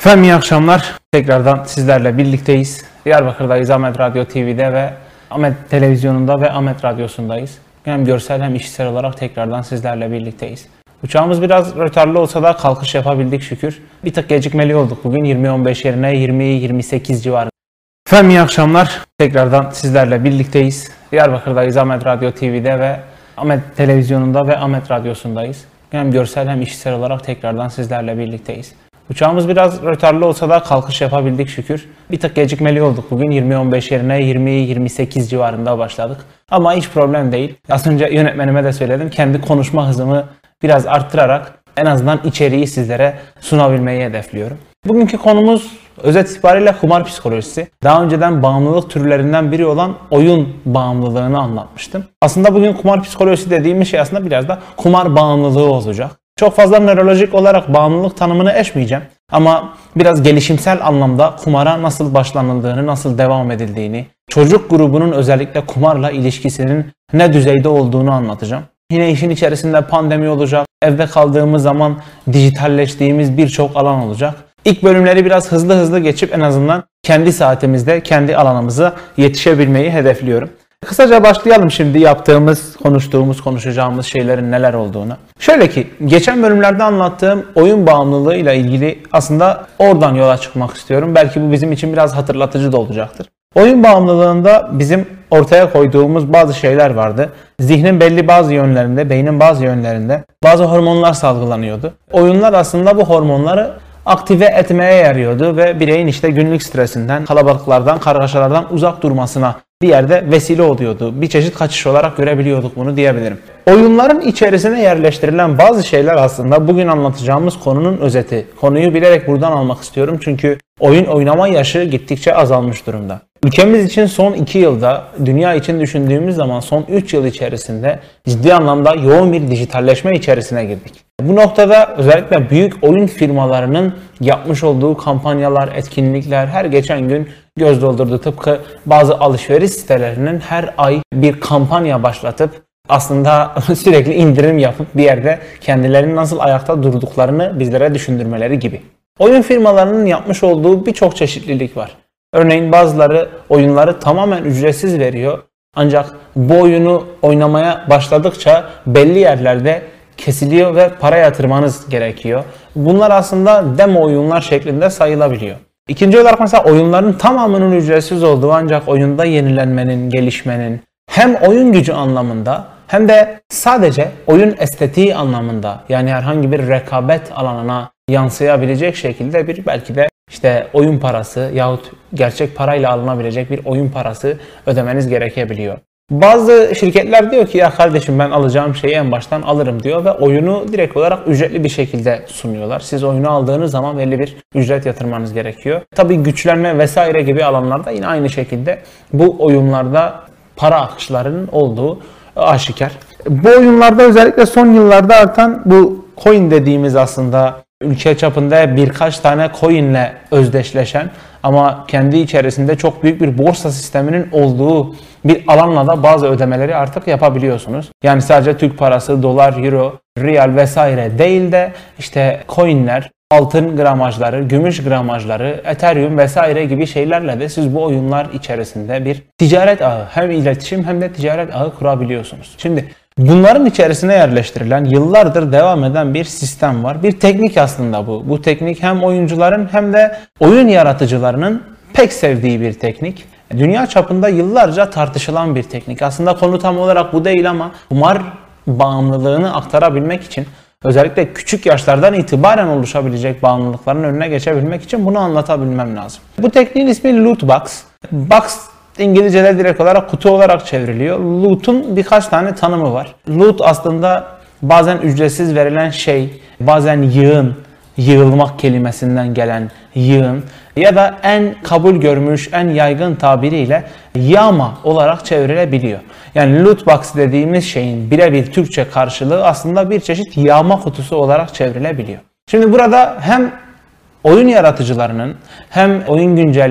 Efendim iyi akşamlar. Tekrardan sizlerle birlikteyiz. Diyarbakır'dayız, Ahmet Radyo TV'de ve Ahmet Televizyonu'nda ve Ahmet Radyosu'ndayız. Hem görsel hem işitsel olarak tekrardan sizlerle birlikteyiz. Uçağımız biraz rötarlı olsa da kalkış yapabildik şükür. Bir tık gecikmeli olduk bugün 20.15 yerine 20.28 civarı. Efendim iyi akşamlar. Tekrardan sizlerle birlikteyiz. Diyarbakır'dayız, Ahmet Radyo TV'de ve Ahmet Televizyonu'nda ve Ahmet Radyosu'ndayız. Hem görsel hem işitsel olarak tekrardan sizlerle birlikteyiz. Uçağımız biraz rötarlı olsa da kalkış yapabildik şükür. Bir tık gecikmeli olduk bugün 20.15 yerine 20.28 civarında başladık. Ama hiç problem değil. Az önce yönetmenime de söyledim. Kendi konuşma hızımı biraz arttırarak en azından içeriği sizlere sunabilmeyi hedefliyorum. Bugünkü konumuz özet itibariyle kumar psikolojisi. Daha önceden bağımlılık türlerinden biri olan oyun bağımlılığını anlatmıştım. Aslında bugün kumar psikolojisi dediğimiz şey aslında biraz da kumar bağımlılığı olacak. Çok fazla nörolojik olarak bağımlılık tanımını eşmeyeceğim. Ama biraz gelişimsel anlamda kumara nasıl başlanıldığını, nasıl devam edildiğini, çocuk grubunun özellikle kumarla ilişkisinin ne düzeyde olduğunu anlatacağım. Yine işin içerisinde pandemi olacak, evde kaldığımız zaman dijitalleştiğimiz birçok alan olacak. İlk bölümleri biraz hızlı geçip en azından kendi saatimizde, kendi alanımıza yetişebilmeyi hedefliyorum. Kısaca başlayalım şimdi yaptığımız, konuşacağımız şeylerin neler olduğunu. Şöyle ki, geçen bölümlerde anlattığım oyun bağımlılığı ile ilgili aslında oradan yola çıkmak istiyorum. Belki bu bizim için biraz hatırlatıcı da olacaktır. Oyun bağımlılığında bizim ortaya koyduğumuz bazı şeyler vardı. Zihnin belli bazı yönlerinde, beynin bazı yönlerinde bazı hormonlar salgılanıyordu. Oyunlar aslında bu hormonları aktive etmeye yarıyordu ve bireyin işte günlük stresinden, kalabalıklardan, kargaşalardan uzak durmasına bir yerde vesile oluyordu. Bir çeşit kaçış olarak görebiliyorduk bunu diyebilirim. Oyunların içerisine yerleştirilen bazı şeyler aslında bugün anlatacağımız konunun özeti. Konuyu bilerek buradan almak istiyorum çünkü oyun oynama yaşı gittikçe azalmış durumda. Ülkemiz için son 2 yılda, dünya için düşündüğümüz zaman son 3 yıl içerisinde ciddi anlamda yoğun bir dijitalleşme içerisine girdik. Bu noktada özellikle büyük oyun firmalarının yapmış olduğu kampanyalar, etkinlikler her geçen gün göz doldurdu. Tıpkı bazı alışveriş sitelerinin her ay bir kampanya başlatıp aslında sürekli indirim yapıp bir yerde kendilerinin nasıl ayakta durduklarını bizlere düşündürmeleri gibi. Oyun firmalarının yapmış olduğu birçok çeşitlilik var. Örneğin bazıları oyunları tamamen ücretsiz veriyor. Ancak bu oyunu oynamaya başladıkça belli yerlerde kesiliyor ve para yatırmanız gerekiyor. Bunlar aslında demo oyunlar şeklinde sayılabiliyor. İkinci olarak mesela oyunların tamamının ücretsiz olduğu ancak oyunda yenilenmenin, gelişmenin hem oyun gücü anlamında hem de sadece oyun estetiği anlamında yani herhangi bir rekabet alanına yansıyabilecek şekilde bir belki de işte oyun parası yahut gerçek parayla alınabilecek bir oyun parası ödemeniz gerekebiliyor. Bazı şirketler diyor ki ya kardeşim ben alacağım şeyi en baştan alırım diyor ve oyunu direkt olarak ücretli bir şekilde sunuyorlar. Siz oyunu aldığınız zaman belli bir ücret yatırmanız gerekiyor. Tabii güçlenme vesaire gibi alanlarda yine aynı şekilde bu oyunlarda para akışlarının olduğu aşikar. Bu oyunlarda özellikle son yıllarda artan bu coin dediğimiz aslında ülke çapında birkaç tane coinle özdeşleşen ama kendi içerisinde çok büyük bir borsa sisteminin olduğu bir alanla da bazı ödemeleri artık yapabiliyorsunuz. Yani sadece Türk parası, dolar, euro, riyal vesaire değil de işte coinler, altın gramajları, gümüş gramajları, Ethereum vesaire gibi şeylerle de siz bu oyunlar içerisinde bir ticaret ağı, hem iletişim hem de ticaret ağı kurabiliyorsunuz. Şimdi bunların içerisine yerleştirilen yıllardır devam eden bir sistem var. Bir teknik aslında bu. Bu teknik hem oyuncuların hem de oyun yaratıcılarının pek sevdiği bir teknik. Dünya çapında yıllarca tartışılan bir teknik. Aslında konu tam olarak bu değil ama kumar bağımlılığını aktarabilmek için özellikle küçük yaşlardan itibaren oluşabilecek bağımlılıkların önüne geçebilmek için bunu anlatabilmem lazım. Bu tekniğin ismi loot box. Box İngilizce'de direkt olarak kutu olarak çevriliyor. Loot'un birkaç tane tanımı var. Loot aslında bazen ücretsiz verilen şey, bazen yığın, yığılmak kelimesinden gelen yığın ya da en kabul görmüş, en yaygın tabiriyle yağma olarak çevrilebiliyor. Yani loot box dediğimiz şeyin birebir Türkçe karşılığı aslında bir çeşit yağma kutusu olarak çevrilebiliyor. Şimdi burada hem oyun yaratıcılarının hem oyun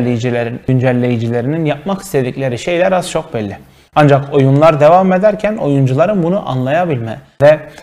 güncelleyicilerinin yapmak istedikleri şeyler az çok belli. Ancak oyunlar devam ederken oyuncuların bunu anlayabilme ve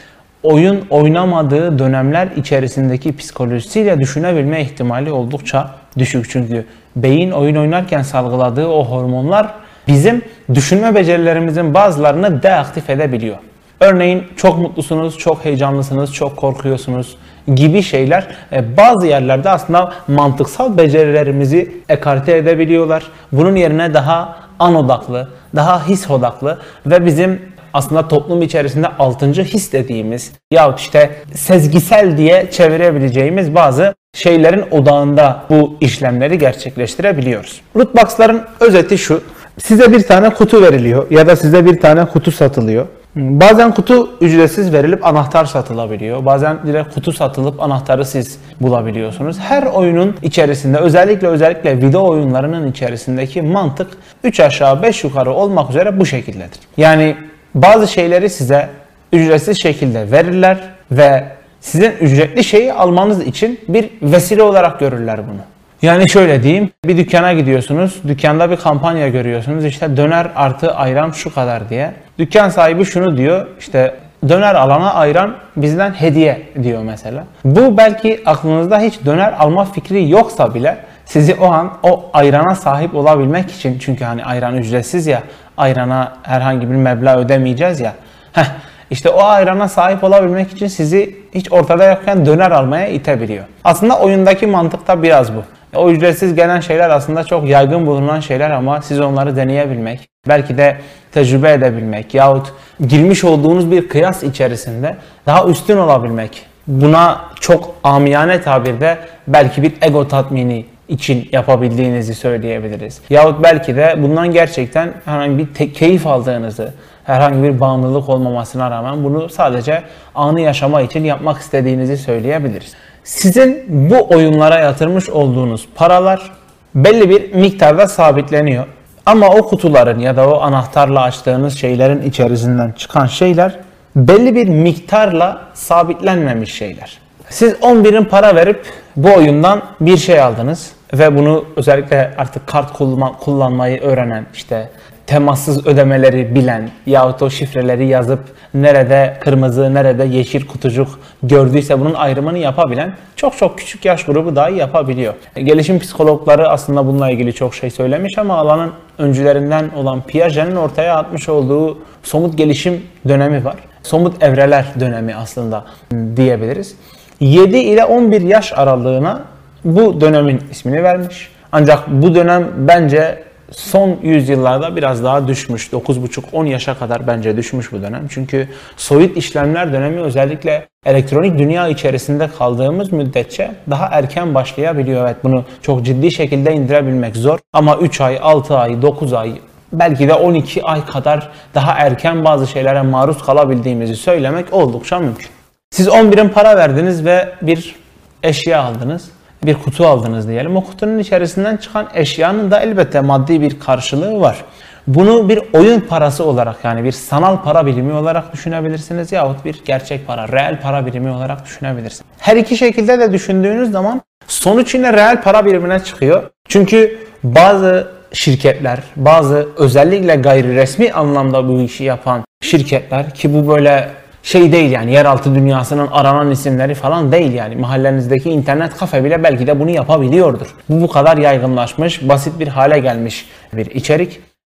oyun oynamadığı dönemler içerisindeki psikolojisiyle düşünebilme ihtimali oldukça düşük. Çünkü beyin oyun oynarken salgıladığı o hormonlar bizim düşünme becerilerimizin bazılarını deaktif edebiliyor. Örneğin çok mutlusunuz, çok heyecanlısınız, çok korkuyorsunuz gibi şeyler bazı yerlerde aslında mantıksal becerilerimizi ekarte edebiliyorlar. Bunun yerine daha an odaklı, daha his odaklı ve bizim aslında toplum içerisinde 6. his dediğimiz yahut işte sezgisel diye çevirebileceğimiz bazı şeylerin odağında bu işlemleri gerçekleştirebiliyoruz. Rootbox'ların özeti şu: size bir tane kutu veriliyor ya da size bir tane kutu satılıyor. Bazen kutu ücretsiz verilip anahtar satılabiliyor. Bazen direkt kutu satılıp anahtarı siz bulabiliyorsunuz. Her oyunun içerisinde özellikle video oyunlarının içerisindeki mantık 3 aşağı 5 yukarı olmak üzere bu şekildedir. Yani bazı şeyleri size ücretsiz şekilde verirler ve sizin ücretli şeyi almanız için bir vesile olarak görürler bunu. Yani şöyle diyeyim, bir dükkana gidiyorsunuz, dükkanda bir kampanya görüyorsunuz, işte döner artı ayran şu kadar diye. Dükkan sahibi şunu diyor, işte döner alana ayran bizden hediye diyor mesela. Bu belki aklınızda hiç döner alma fikri yoksa bile sizi o an o ayrana sahip olabilmek için, çünkü hani ayran ücretsiz ya, ayrana herhangi bir meblağ ödemeyeceğiz ya. İşte o ayrana sahip olabilmek için sizi hiç ortada yokken döner almaya itebiliyor. Aslında oyundaki mantık da biraz bu. O ücretsiz gelen şeyler aslında çok yaygın bulunan şeyler ama siz onları deneyebilmek, belki de tecrübe edebilmek yahut girmiş olduğunuz bir kıyas içerisinde daha üstün olabilmek. Buna çok amiyane tabirde belki bir ego tatmini için yapabildiğinizi söyleyebiliriz. Yahut belki de bundan gerçekten herhangi bir keyif aldığınızı, herhangi bir bağımlılık olmamasına rağmen bunu sadece anı yaşama için yapmak istediğinizi söyleyebiliriz. Sizin bu oyunlara yatırmış olduğunuz paralar belli bir miktarda sabitleniyor. Ama o kutuların ya da o anahtarla açtığınız şeylerin içerisinden çıkan şeyler belli bir miktarla sabitlenmemiş şeyler. Siz 10 birim para verip bu oyundan bir şey aldınız ve bunu özellikle artık kart kullanmayı öğrenen, işte temassız ödemeleri bilen yahut o şifreleri yazıp nerede kırmızı, nerede yeşil kutucuk gördüyse bunun ayrımını yapabilen çok küçük yaş grubu dahi yapabiliyor. Gelişim psikologları aslında bununla ilgili çok şey söylemiş ama alanın öncülerinden olan Piaget'in ortaya atmış olduğu somut gelişim dönemi var. Somut evreler dönemi aslında diyebiliriz. 7 ile 11 yaş aralığına bu dönemin ismini vermiş. Ancak bu dönem bence son yüzyıllarda biraz daha düşmüş. 9,5-10 yaşa kadar bence düşmüş bu dönem. Çünkü soyut işlemler dönemi özellikle elektronik dünya içerisinde kaldığımız müddetçe daha erken başlayabiliyor. Evet, bunu çok ciddi şekilde indirebilmek zor. Ama 3 ay, 6 ay, 9 ay, belki de 12 ay kadar daha erken bazı şeylere maruz kalabildiğimizi söylemek oldukça mümkün. Siz 10 birim para verdiniz ve bir eşya aldınız. Bir kutu aldınız diyelim. O kutunun içerisinden çıkan eşyanın da elbette maddi bir karşılığı var. Bunu bir oyun parası olarak, yani bir sanal para birimi olarak düşünebilirsiniz yahut bir gerçek para, reel para birimi olarak düşünebilirsiniz. Her iki şekilde de düşündüğünüz zaman sonuç yine reel para birimine çıkıyor. Çünkü bazı şirketler, bazı özellikle gayri resmi anlamda bu işi yapan şirketler, ki bu böyle şey değil yani, yeraltı dünyasının aranan isimleri falan değil yani. Mahallenizdeki internet kafe bile belki de bunu yapabiliyordur. Bu kadar yaygınlaşmış, basit bir hale gelmiş bir içerik.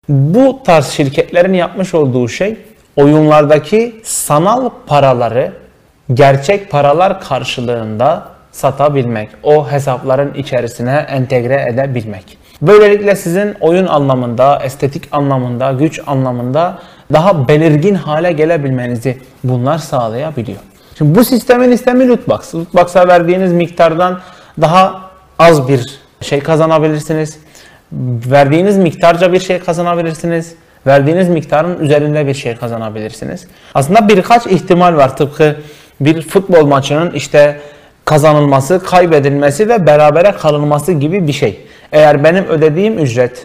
Bu tarz şirketlerin yapmış olduğu şey, oyunlardaki sanal paraları gerçek paralar karşılığında satabilmek. O hesapların içerisine entegre edebilmek. Böylelikle sizin oyun anlamında, estetik anlamında, güç anlamında daha belirgin hale gelebilmenizi bunlar sağlayabiliyor. Şimdi bu sistemin ismi Lootbox. Lootbox'a verdiğiniz miktardan daha az bir şey kazanabilirsiniz. Verdiğiniz miktarca bir şey kazanabilirsiniz. Verdiğiniz miktarın üzerinde bir şey kazanabilirsiniz. Aslında birkaç ihtimal var. Tıpkı bir futbol maçının işte kazanılması, kaybedilmesi ve berabere kalınması gibi bir şey. Eğer benim ödediğim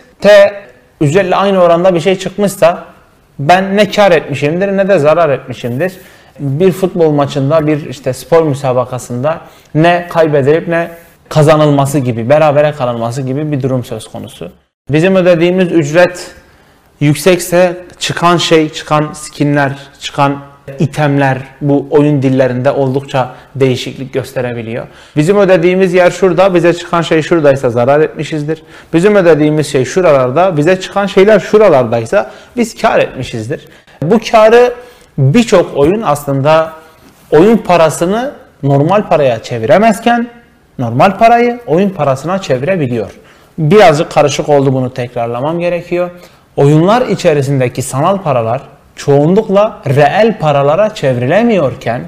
ücretle aynı oranda bir şey çıkmışsa ben ne kar etmişimdir ne de zarar etmişimdir. Bir futbol maçında, bir işte spor müsabakasında ne kaybedilip ne kazanılması gibi, berabere kalınması gibi bir durum söz konusu. Bizim ödediğimiz ücret yüksekse çıkan skinler, çıkan itemler bu oyun dillerinde oldukça değişiklik gösterebiliyor. Bizim ödediğimiz yer şurada, bize çıkan şey şuradaysa zarar etmişizdir. Bizim ödediğimiz şey şuralarda, bize çıkan şeyler şuralardaysa biz kar etmişizdir. Bu karı birçok oyun aslında oyun parasını normal paraya çeviremezken normal parayı oyun parasına çevirebiliyor. Birazcık karışık oldu, bunu tekrarlamam gerekiyor. Oyunlar içerisindeki sanal paralar çoğunlukla reel paralara çevrilemiyorken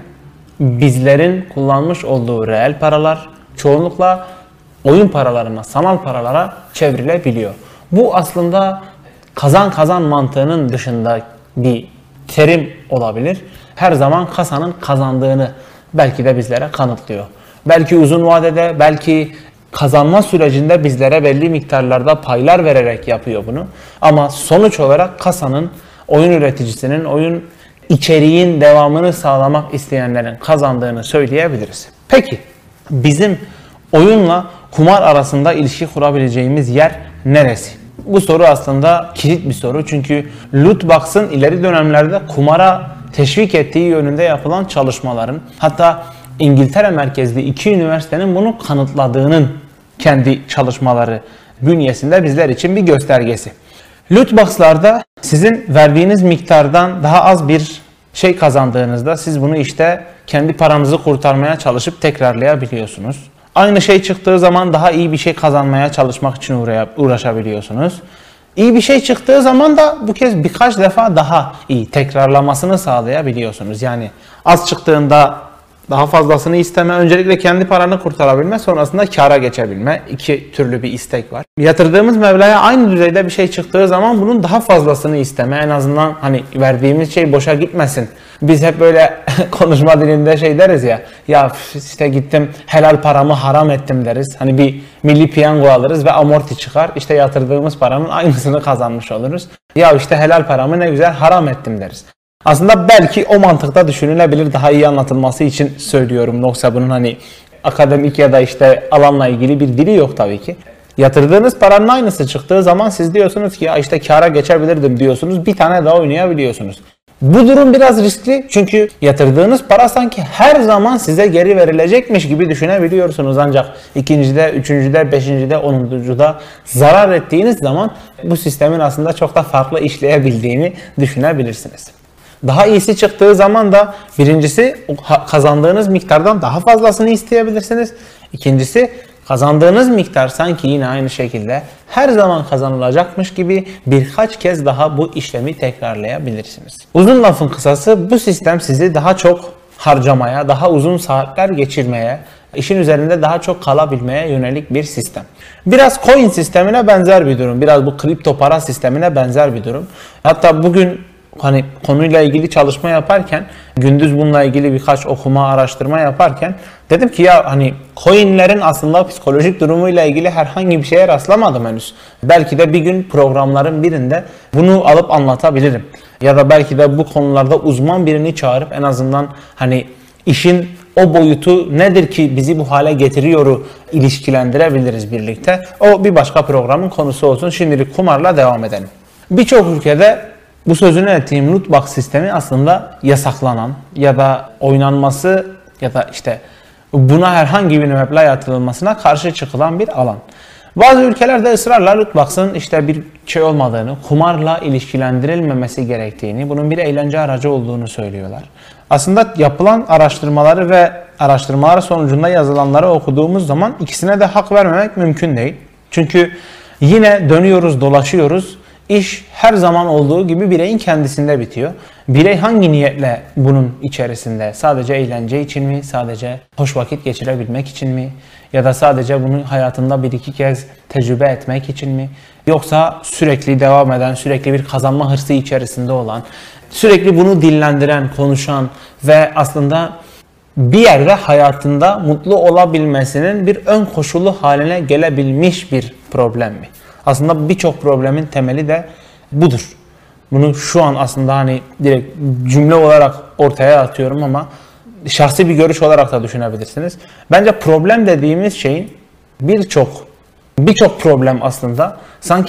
bizlerin kullanmış olduğu reel paralar çoğunlukla oyun paralarına, sanal paralara çevrilebiliyor. Bu aslında kazan kazan mantığının dışında bir terim olabilir. Her zaman kasanın kazandığını belki de bizlere kanıtlıyor. Belki uzun vadede, belki kazanma sürecinde bizlere belli miktarlarda paylar vererek yapıyor bunu. Ama sonuç olarak kasanın, oyun üreticisinin, oyun içeriğin devamını sağlamak isteyenlerin kazandığını söyleyebiliriz. Peki bizim oyunla kumar arasında ilişki kurabileceğimiz yer neresi? Bu soru aslında kilit bir soru. Çünkü Lootbox'ın ileri dönemlerde kumara teşvik ettiği yönünde yapılan çalışmaların, hatta İngiltere merkezli 2 üniversitenin bunu kanıtladığının kendi çalışmaları bünyesinde bizler için bir göstergesi. Lootbox'larda sizin verdiğiniz miktardan daha az bir şey kazandığınızda siz bunu işte kendi paranızı kurtarmaya çalışıp tekrarlayabiliyorsunuz. Aynı şey çıktığı zaman daha iyi bir şey kazanmaya çalışmak için uğraşabiliyorsunuz. İyi bir şey çıktığı zaman da bu kez birkaç defa daha iyi tekrarlamasını sağlayabiliyorsunuz. Yani az çıktığında daha fazlasını isteme, öncelikle kendi paranı kurtarabilme, sonrasında kâra geçebilme. İki türlü bir istek var. Yatırdığımız meblağa aynı düzeyde bir şey çıktığı zaman bunun daha fazlasını isteme. En azından hani verdiğimiz şey boşa gitmesin. Biz hep böyle konuşma dilinde şey deriz ya, ya işte gittim helal paramı haram ettim deriz. Hani bir milli piyango alırız ve amorti çıkar. İşte yatırdığımız paranın aynısını kazanmış oluruz. Ya işte helal paramı ne güzel haram ettim deriz. Aslında belki o mantıkta düşünülebilir, daha iyi anlatılması için söylüyorum. Yoksa bunun hani akademik ya da işte alanla ilgili bir dili yok tabii ki. Yatırdığınız paranın aynısı çıktığı zaman siz diyorsunuz ki ya işte kâra geçebilirdim diyorsunuz. Bir tane daha oynayabiliyorsunuz. Bu durum biraz riskli çünkü yatırdığınız para sanki her zaman size geri verilecekmiş gibi düşünebiliyorsunuz. Ancak ikincide, üçüncüde, beşincide, onuncuda zarar ettiğiniz zaman bu sistemin aslında çok da farklı işleyebildiğini düşünebilirsiniz. Daha iyisi çıktığı zaman da birincisi kazandığınız miktardan daha fazlasını isteyebilirsiniz. İkincisi kazandığınız miktar sanki yine aynı şekilde her zaman kazanılacakmış gibi birkaç kez daha bu işlemi tekrarlayabilirsiniz. Uzun lafın kısası bu sistem sizi daha çok harcamaya, daha uzun saatler geçirmeye, işin üzerinde daha çok kalabilmeye yönelik bir sistem. Biraz coin sistemine benzer bir durum. Biraz bu kripto para sistemine benzer bir durum. Hatta bugün hani konuyla ilgili çalışma yaparken, gündüz bununla ilgili birkaç okuma, araştırma yaparken dedim ki ya hani coinlerin aslında psikolojik durumuyla ilgili herhangi bir şeye rastlamadım henüz. Belki de bir gün programların birinde bunu alıp anlatabilirim. Ya da belki de bu konularda uzman birini çağırıp en azından hani işin o boyutu nedir ki bizi bu hale getiriyoru ilişkilendirebiliriz birlikte. O bir başka programın konusu olsun. Şimdilik kumarla devam edelim. Birçok ülkede bu sözünü ettiğim lootbox sistemi aslında yasaklanan ya da oynanması ya da işte buna herhangi bir meblağ yatırılmasına karşı çıkılan bir alan. Bazı ülkelerde ısrarla lootbox'ın işte bir şey olmadığını, kumarla ilişkilendirilmemesi gerektiğini, bunun bir eğlence aracı olduğunu söylüyorlar. Aslında yapılan araştırmaları ve araştırmalar sonucunda yazılanları okuduğumuz zaman ikisine de hak vermemek mümkün değil. Çünkü yine dönüyoruz, dolaşıyoruz. İş her zaman olduğu gibi bireyin kendisinde bitiyor. Birey hangi niyetle bunun içerisinde? Sadece eğlence için mi? Sadece hoş vakit geçirebilmek için mi? Ya da sadece bunu hayatında bir iki kez tecrübe etmek için mi? Yoksa sürekli devam eden, sürekli bir kazanma hırsı içerisinde olan, sürekli bunu dillendiren, konuşan ve aslında bir yerde hayatında mutlu olabilmesinin bir ön koşulu haline gelebilmiş bir problem mi? Aslında birçok problemin temeli de budur. Bunu şu an aslında hani direkt cümle olarak ortaya atıyorum ama şahsi bir görüş olarak da düşünebilirsiniz. Bence problem dediğimiz şeyin birçok problem aslında sanki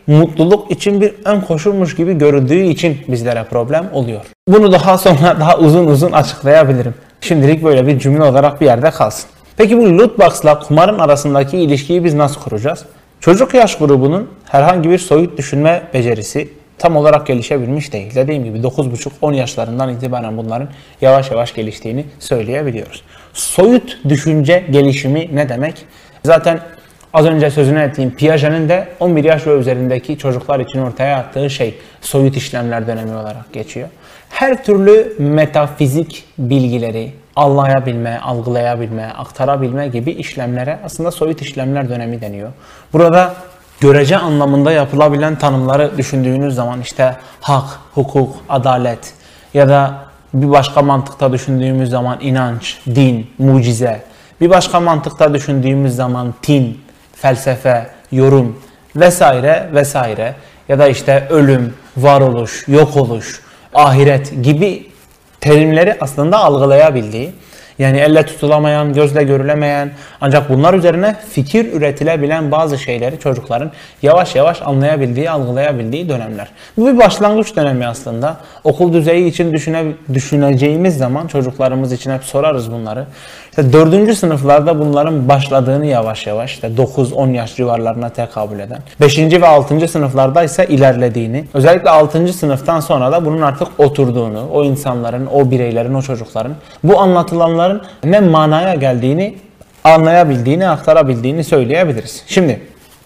mutluluk için bir ön koşulmuş gibi görüldüğü için bizlere problem oluyor. Bunu daha sonra daha uzun açıklayabilirim. Şimdilik böyle bir cümle olarak bir yerde kalsın. Peki bu lootbox'la kumarın arasındaki ilişkiyi biz nasıl kuracağız? Çocuk yaş grubunun herhangi bir soyut düşünme becerisi tam olarak gelişebilmiş değil. Dediğim gibi 9,5-10 yaşlarından itibaren bunların yavaş yavaş geliştiğini söyleyebiliyoruz. Soyut düşünce gelişimi ne demek? Zaten az önce sözünü ettiğim Piaget'in de 11 yaş ve üzerindeki çocuklar için ortaya attığı şey soyut işlemler dönemi olarak geçiyor. Her türlü metafizik bilgileri anlayabilme, algılayabilme, aktarabilme gibi işlemlere aslında soyut işlemler dönemi deniyor. Burada görece anlamında yapılabilen tanımları düşündüğünüz zaman işte hak, hukuk, adalet ya da bir başka mantıkta düşündüğümüz zaman inanç, din, mucize, bir başka mantıkta düşündüğümüz zaman tin, felsefe, yorum vesaire vesaire ya da işte ölüm, varoluş, yok oluş, ahiret gibi terimleri aslında algılayabildiği, yani elle tutulamayan, gözle görülemeyen ancak bunlar üzerine fikir üretilebilen bazı şeyleri çocukların yavaş yavaş anlayabildiği, algılayabildiği dönemler. Bu bir başlangıç dönemi aslında. Okul düzeyi için düşüneceğimiz zaman çocuklarımız için hep sorarız bunları. İşte 4. sınıflarda bunların başladığını yavaş yavaş, işte 9-10 yaş civarlarına tekabül eden. 5. ve 6. sınıflarda ise ilerlediğini, özellikle 6. sınıftan sonra da bunun artık oturduğunu, o insanların, o bireylerin, o çocukların bu anlatılanların ne manaya geldiğini anlayabildiğini, aktarabildiğini söyleyebiliriz. Şimdi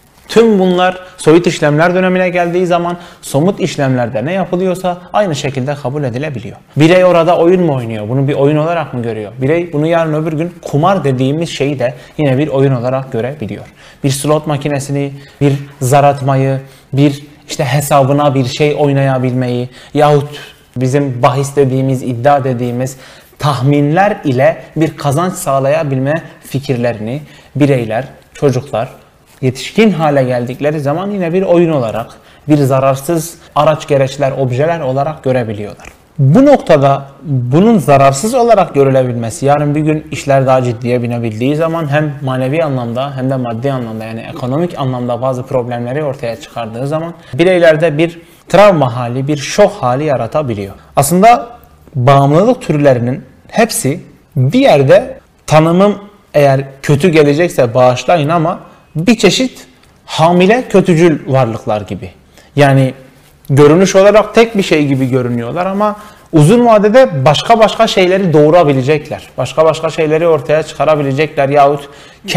tüm bunlar soyut işlemler dönemine geldiği zaman somut işlemlerde ne yapılıyorsa aynı şekilde kabul edilebiliyor. Birey orada oyun mu oynuyor? Bunu bir oyun olarak mı görüyor? Birey bunu yarın öbür gün kumar dediğimiz şeyi de yine bir oyun olarak görebiliyor. Bir slot makinesini, bir zar atmayı, bir işte hesabına bir şey oynayabilmeyi yahut bizim bahis dediğimiz, iddia dediğimiz tahminler ile bir kazanç sağlayabilme fikirlerini bireyler, çocuklar yetişkin hale geldikleri zaman yine bir oyun olarak, bir zararsız araç gereçler, objeler olarak görebiliyorlar. Bu noktada bunun zararsız olarak görülebilmesi, yarın bir gün işler daha ciddiye binebildiği zaman hem manevi anlamda hem de maddi anlamda, yani ekonomik anlamda bazı problemleri ortaya çıkardığı zaman bireylerde bir travma hali, bir şok hali yaratabiliyor. Aslında bağımlılık türlerinin hepsi bir yerde, tanımım eğer kötü gelecekse bağışlayın ama bir çeşit hamile kötücül varlıklar gibi. Yani görünüş olarak tek bir şey gibi görünüyorlar ama uzun vadede başka şeyleri doğurabilecekler. Başka şeyleri ortaya çıkarabilecekler yahut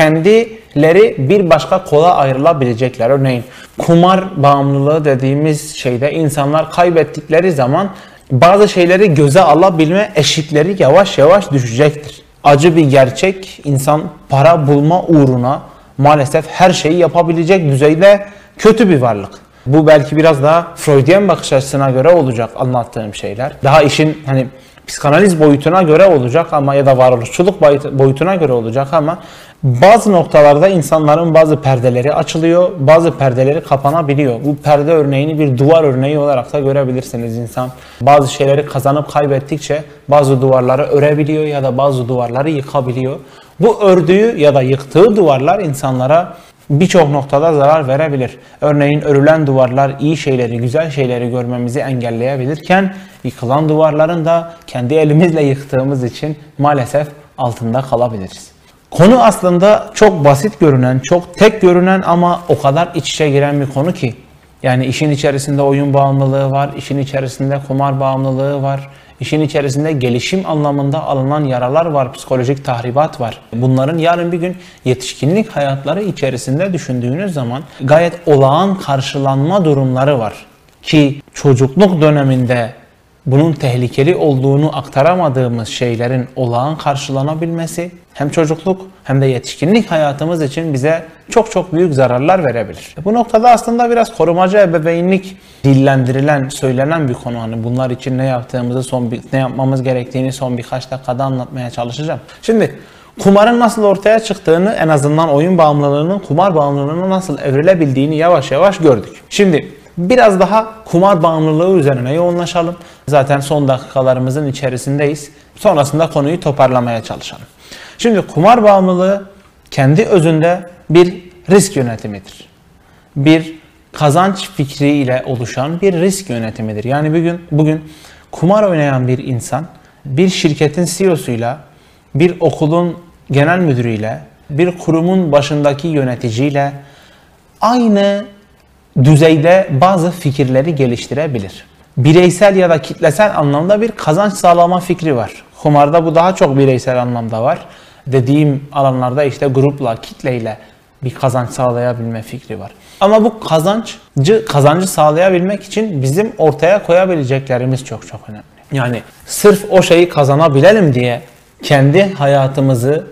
kendileri bir başka kola ayrılabilecekler. Örneğin kumar bağımlılığı dediğimiz şeyde insanlar kaybettikleri zaman bazı şeyleri göze alabilme eşikleri yavaş yavaş düşecektir. Acı bir gerçek, insan para bulma uğruna maalesef her şeyi yapabilecek düzeyde kötü bir varlık. Bu belki biraz daha Freudian bakış açısına göre olacak anlattığım şeyler. Daha işin hani psikanaliz boyutuna göre olacak ama ya da varoluşçuluk boyutuna göre olacak ama bazı noktalarda insanların bazı perdeleri açılıyor, bazı perdeleri kapanabiliyor. Bu perde örneğini bir duvar örneği olarak da görebilirsiniz. İnsan bazı şeyleri kazanıp kaybettikçe bazı duvarları örebiliyor ya da bazı duvarları yıkabiliyor. Bu ördüğü ya da yıktığı duvarlar insanlara birçok noktada zarar verebilir. Örneğin örülen duvarlar iyi şeyleri, güzel şeyleri görmemizi engelleyebilirken yıkılan duvarların da kendi elimizle yıktığımız için maalesef altında kalabiliriz. Konu aslında çok basit görünen, çok tek görünen ama o kadar iç içe giren bir konu ki. Yani işin içerisinde oyun bağımlılığı var, işin içerisinde kumar bağımlılığı var, işin içerisinde gelişim anlamında alınan yaralar var, psikolojik tahribat var. Bunların yarın bir gün yetişkinlik hayatları içerisinde düşündüğünüz zaman gayet olağan karşılanma durumları var. Ki çocukluk döneminde bunun tehlikeli olduğunu aktaramadığımız şeylerin olağan karşılanabilmesi hem çocukluk hem de yetişkinlik hayatımız için bize çok büyük zararlar verebilir. Bu noktada aslında biraz korumacı ebeveynlik dillendirilen, söylenen bir konu. Hani bunlar için ne yapmamız gerektiğini son birkaç dakikada anlatmaya çalışacağım. Şimdi kumarın nasıl ortaya çıktığını, en azından oyun bağımlılığının kumar bağımlılığına nasıl evrilebildiğini yavaş yavaş gördük. Şimdi biraz daha kumar bağımlılığı üzerine yoğunlaşalım. Zaten son dakikalarımızın içerisindeyiz. Sonrasında konuyu toparlamaya çalışalım. Şimdi kumar bağımlılığı kendi özünde bir risk yönetimidir. Bir kazanç fikriyle oluşan bir risk yönetimidir. Yani bugün kumar oynayan bir insan bir şirketin CEO'suyla, bir okulun genel müdürüyle, bir kurumun başındaki yöneticiyle aynı düzeyde bazı fikirleri geliştirebilir. Bireysel ya da kitlesel anlamda bir kazanç sağlama fikri var. Kumarda bu daha çok bireysel anlamda var. Dediğim alanlarda işte grupla, kitleyle bir kazanç sağlayabilme fikri var. Ama bu kazancı sağlayabilmek için bizim ortaya koyabileceklerimiz çok önemli. Yani sırf o şeyi kazanabilelim diye kendi hayatımızı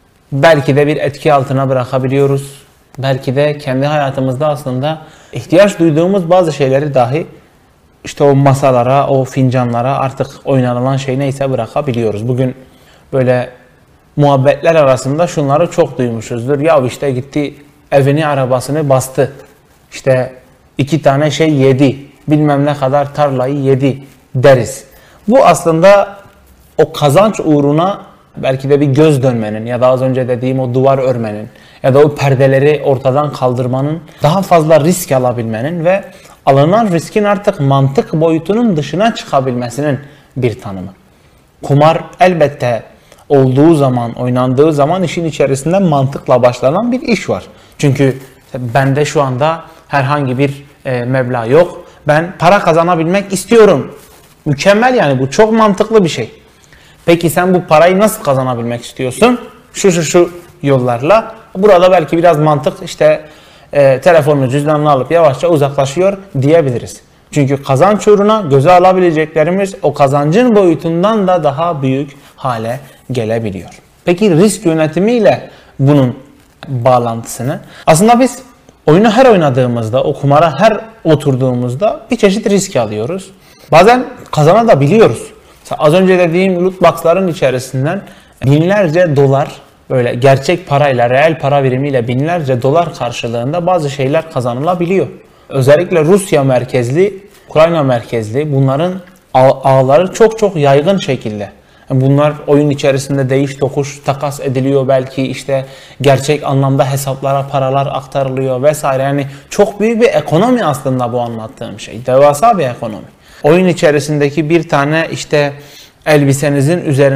belki de bir etki altına bırakabiliyoruz. Belki de kendi hayatımızda aslında ihtiyaç duyduğumuz bazı şeyleri dahi işte o masalara, o fincanlara, artık oynanılan şey neyse bırakabiliyoruz. Bugün böyle muhabbetler arasında şunları çok duymuşuzdur. Ya işte gitti evini, arabasını bastı. İşte 2 tane şey yedi. Bilmem ne kadar tarlayı yedi deriz. Bu aslında o kazanç uğruna belki de bir göz dönmenin ya da az önce dediğim o duvar örmenin ya da o perdeleri ortadan kaldırmanın, daha fazla risk alabilmenin ve alınan riskin artık mantık boyutunun dışına çıkabilmesinin bir tanımı. Kumar elbette olduğu zaman, oynandığı zaman işin içerisinde mantıkla başlanan bir iş var. Çünkü bende şu anda herhangi bir meblağ yok. Ben para kazanabilmek istiyorum. Mükemmel, yani bu çok mantıklı bir şey. Peki sen bu parayı nasıl kazanabilmek istiyorsun? Şu yollarla. Burada belki biraz mantık, işte telefonunu, cüzdanını alıp yavaşça uzaklaşıyor diyebiliriz. Çünkü kazanç uğruna göze alabileceklerimiz o kazancın boyutundan da daha büyük hale gelebiliyor. Peki risk yönetimiyle bunun bağlantısını? Aslında biz oyunu her oynadığımızda, o kumara her oturduğumuzda bir çeşit risk alıyoruz. Bazen kazanabiliyoruz. Az önce dediğim loot box'ların içerisinden binlerce dolar, böyle gerçek parayla, reel para birimiyle binlerce dolar karşılığında bazı şeyler kazanılabiliyor. Özellikle Rusya merkezli, Ukrayna merkezli bunların ağları çok yaygın şekilde. Bunlar oyun içerisinde değiş tokuş, takas ediliyor, belki işte gerçek anlamda hesaplara paralar aktarılıyor vesaire. Yani çok büyük bir ekonomi aslında bu anlattığım şey. Devasa bir ekonomi. Oyun içerisindeki bir tane işte elbisenizin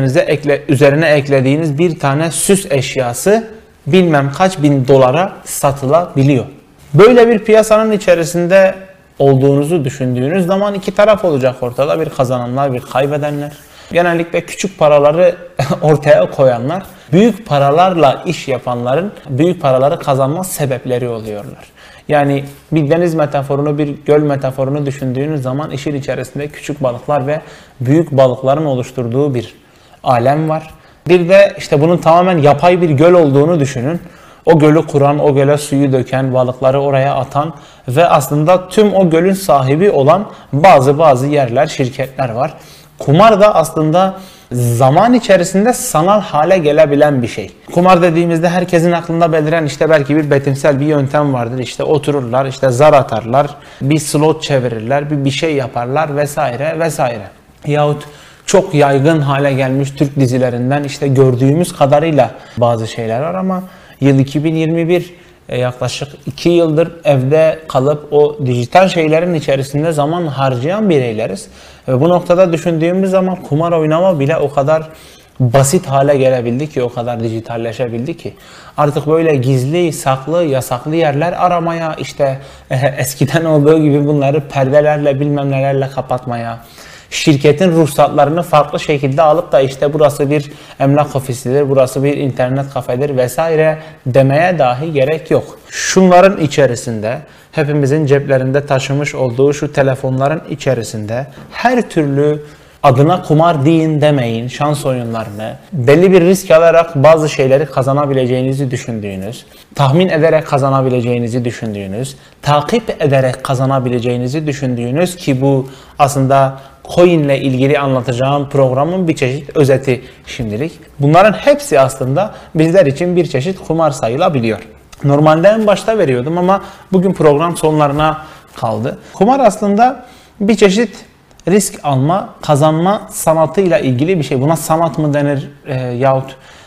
üzerine eklediğiniz bir tane süs eşyası bilmem kaç bin dolara satılabiliyor. Böyle bir piyasanın içerisinde olduğunuzu düşündüğünüz zaman iki taraf olacak ortada. Bir kazananlar, bir kaybedenler. Genellikle küçük paraları ortaya koyanlar, büyük paralarla iş yapanların büyük paraları kazanma sebepleri oluyorlar. Yani bir deniz metaforunu, bir göl metaforunu düşündüğünüz zaman işin içerisinde küçük balıklar ve büyük balıkların oluşturduğu bir alem var. Bir de işte bunun tamamen yapay bir göl olduğunu düşünün. O gölü kuran, o göle suyu döken, balıkları oraya atan ve aslında tüm o gölün sahibi olan bazı yerler, şirketler var. Kumar da aslında zaman içerisinde sanal hale gelebilen bir şey. Kumar dediğimizde herkesin aklında beliren işte belki bir betimsel bir yöntem vardır. İşte otururlar, işte zar atarlar, bir slot çevirirler, bir şey yaparlar vesaire vesaire. Yahut çok yaygın hale gelmiş Türk dizilerinden işte gördüğümüz kadarıyla bazı şeyler var ama yıl 2021, yaklaşık 2 yıldır evde kalıp o dijital şeylerin içerisinde zaman harcayan bireyleriz. Ve bu noktada düşündüğümüz zaman kumar oynama bile o kadar basit hale gelebildi ki, o kadar dijitalleşebildi ki. Artık böyle gizli, saklı, yasaklı yerler aramaya, işte eskiden olduğu gibi bunları perdelerle bilmem nelerle kapatmaya, şirketin ruhsatlarını farklı şekilde alıp da işte burası bir emlak ofisidir, burası bir internet kafedir vesaire demeye dahi gerek yok. Şunların içerisinde, hepimizin ceplerinde taşımış olduğu şu telefonların içerisinde her türlü adına kumar deyin demeyin şans oyunlarını, belli bir risk alarak bazı şeyleri kazanabileceğinizi düşündüğünüz, tahmin ederek kazanabileceğinizi düşündüğünüz, takip ederek kazanabileceğinizi düşündüğünüz ki bu aslında coin ile ilgili anlatacağım programın bir çeşit özeti şimdilik. Bunların hepsi aslında bizler için bir çeşit kumar sayılabiliyor. Normalde en başta veriyordum ama bugün program sonlarına kaldı. Kumar aslında bir çeşit risk alma, kazanma sanatıyla ilgili bir şey. Buna sanat mı denir yahut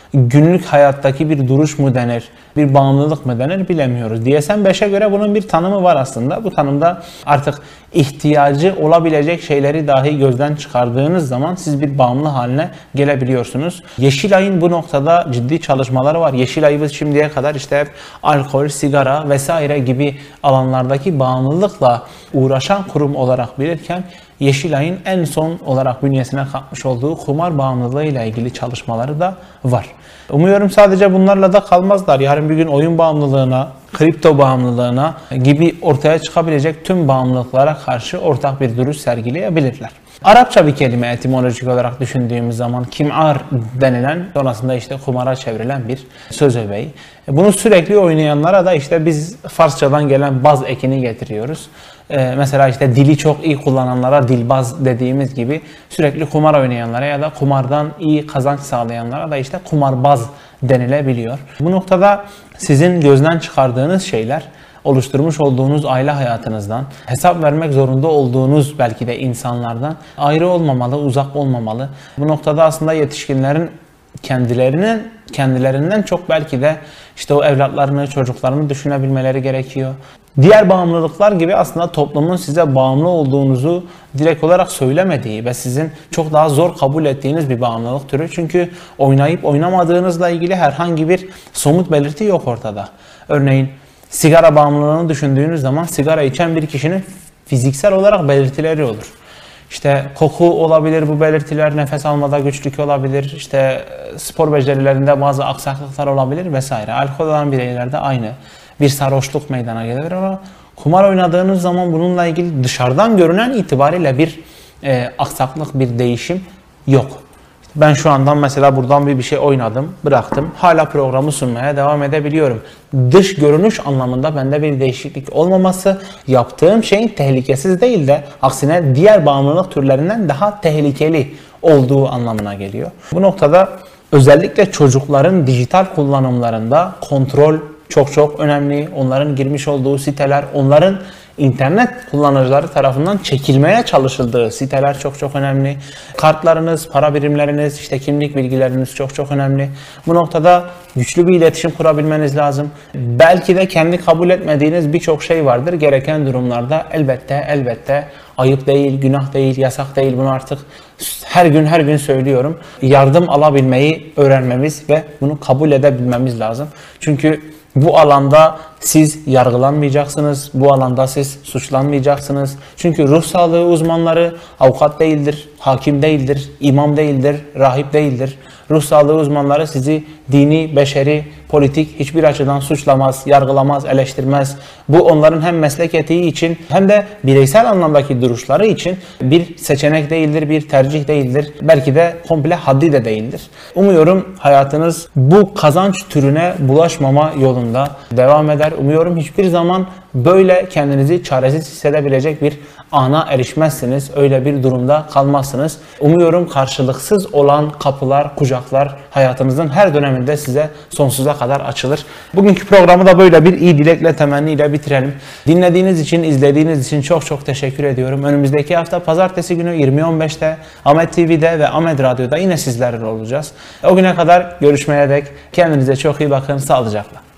günlük hayattaki bir duruş mu denir, bir bağımlılık mı denir bilemiyoruz. DSM-5'e göre bunun bir tanımı var aslında. Bu tanımda artık ihtiyacı olabilecek şeyleri dahi gözden çıkardığınız zaman siz bir bağımlı haline gelebiliyorsunuz. Yeşilay'ın bu noktada ciddi çalışmaları var. Yeşilay'ı biz şimdiye kadar işte hep alkol, sigara vesaire gibi alanlardaki bağımlılıkla uğraşan kurum olarak bilirken Yeşilay'ın en son olarak bünyesine katmış olduğu kumar bağımlılığı ile ilgili çalışmaları da var. Umuyorum sadece bunlarla da kalmazlar. Yarın bir gün oyun bağımlılığına, kripto bağımlılığına gibi ortaya çıkabilecek tüm bağımlılıklara karşı ortak bir duruş sergileyebilirler. Arapça bir kelime etimolojik olarak düşündüğümüz zaman kimar denilen, sonrasında işte kumara çevrilen bir söz öbeği. Bunu sürekli oynayanlara da işte biz Farsçadan gelen baz ekini getiriyoruz. Mesela işte dili çok iyi kullananlara dilbaz dediğimiz gibi sürekli kumar oynayanlara ya da kumardan iyi kazanç sağlayanlara da işte kumarbaz denilebiliyor. Bu noktada sizin gözden çıkardığınız şeyler oluşturmuş olduğunuz aile hayatınızdan, hesap vermek zorunda olduğunuz belki de insanlardan ayrı olmamalı, uzak olmamalı. Bu noktada aslında yetişkinlerin kendilerinden çok belki de işte o evlatlarını, çocuklarını düşünebilmeleri gerekiyor. Diğer bağımlılıklar gibi aslında toplumun size bağımlı olduğunuzu direkt olarak söylemediği ve sizin çok daha zor kabul ettiğiniz bir bağımlılık türü. Çünkü oynayıp oynamadığınızla ilgili herhangi bir somut belirti yok ortada. Örneğin sigara bağımlılığını düşündüğünüz zaman sigara içen bir kişinin fiziksel olarak belirtileri olur. İşte koku olabilir bu belirtiler, nefes almada güçlük olabilir, işte spor becerilerinde bazı aksaklıklar olabilir vesaire. Alkol olan bireylerde aynı bir sarhoşluk meydana gelir ama kumar oynadığınız zaman bununla ilgili dışarıdan görünen itibariyle bir aksaklık, bir değişim yok. Ben şu andan mesela buradan bir şey oynadım, bıraktım. Hala programı sunmaya devam edebiliyorum. Dış görünüş anlamında bende bir değişiklik olmaması, yaptığım şeyin tehlikesiz değil de aksine diğer bağımlılık türlerinden daha tehlikeli olduğu anlamına geliyor. Bu noktada özellikle çocukların dijital kullanımlarında kontrol çok önemli. Onların girmiş olduğu siteler, onların internet kullanıcıları tarafından çekilmeye çalışıldığı siteler çok önemli. Kartlarınız, para birimleriniz, işte kimlik bilgileriniz çok önemli. Bu noktada güçlü bir iletişim kurabilmeniz lazım. Belki de kendi kabul etmediğiniz birçok şey vardır. Gereken durumlarda elbette ayıp değil, günah değil, yasak değil. Bunu artık her gün söylüyorum. Yardım alabilmeyi öğrenmemiz ve bunu kabul edebilmemiz lazım. Çünkü bu alanda siz yargılanmayacaksınız, bu alanda siz suçlanmayacaksınız. Çünkü ruh sağlığı uzmanları avukat değildir, hakim değildir, imam değildir, rahip değildir. Ruh sağlığı uzmanları sizi dini, beşeri, politik hiçbir açıdan suçlamaz, yargılamaz, eleştirmez. Bu onların hem meslek etiği için hem de bireysel anlamdaki duruşları için bir seçenek değildir, bir tercih değildir. Belki de komple haddi de değildir. Umuyorum hayatınız bu kazanç türüne bulaşmama yolunda devam eder. Umuyorum hiçbir zaman böyle kendinizi çaresiz hissedebilecek bir ana erişmezsiniz. Öyle bir durumda kalmazsınız. Umuyorum karşılıksız olan kapılar, kucaklar hayatınızın her döneminde size sonsuza kadar açılır. Bugünkü programı da böyle bir iyi dilekle, temenniyle bitirelim. Dinlediğiniz için, izlediğiniz için çok teşekkür ediyorum. Önümüzdeki hafta pazartesi günü 20.15'te Ahmet TV'de ve Ahmet Radyo'da yine sizlerle olacağız. O güne kadar görüşmeye dek kendinize çok iyi bakın. Sağlıcakla.